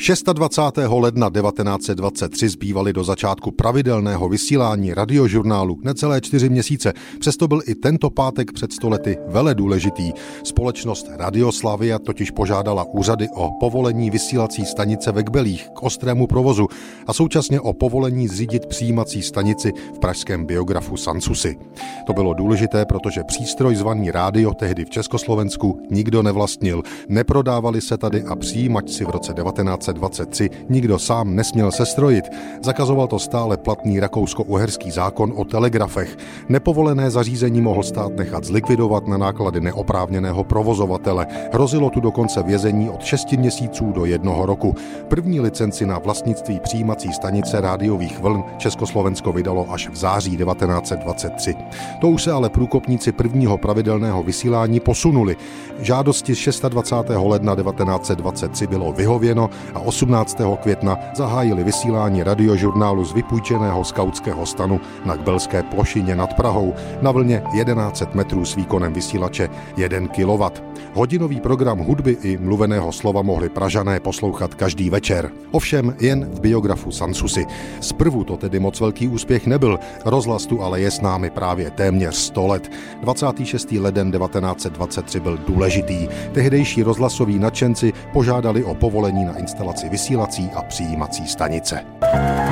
26. ledna 1923 zbývaly do začátku pravidelného vysílání radiožurnálu necelé 4 měsíce. Přesto byl i tento pátek před 100 lety veledůležitý. Společnost Radioslavia totiž požádala úřady o povolení vysílací stanice ve Kbelích k ostrému provozu a současně o povolení zřídit přijímací stanici v pražském biografu Sanssouci. To bylo důležité, protože přístroj zvaný rádio tehdy v Československu nikdo nevlastnil. Neprodávali se tady a přijímač si v roce 1923 nikdo sám nesměl sestrojit. Zakazoval to stále platný rakousko-uherský zákon o telegrafech. Nepovolené zařízení mohl stát nechat zlikvidovat na náklady neoprávněného provozovatele. Hrozilo tu dokonce vězení od 6 měsíců do 1 roku. První licenci na vlastnictví přijímací stanice rádiových vln Československo vydalo až v září 1923. To už se ale průkopníci prvního pravidelného vysílání posunuli. Žádosti 26. ledna 1923 bylo vyhověno a 18. května zahájili vysílání radiožurnálu z vypůjčeného skautského stanu na Kbelské plošině nad Prahou na vlně 1100 metrů s výkonem vysílače 1 kW. Hodinový program hudby i mluveného slova mohli Pražané poslouchat každý večer. Ovšem jen v biografu Sanssouci. Zprvu to tedy moc velký úspěch nebyl, rozhlas tu ale je s námi právě téměř 100 let. 26. leden 1923 byl důležitý. Tehdejší rozhlasoví nadšenci požádali o povolení na instalaci vysílací a přijímací stanice.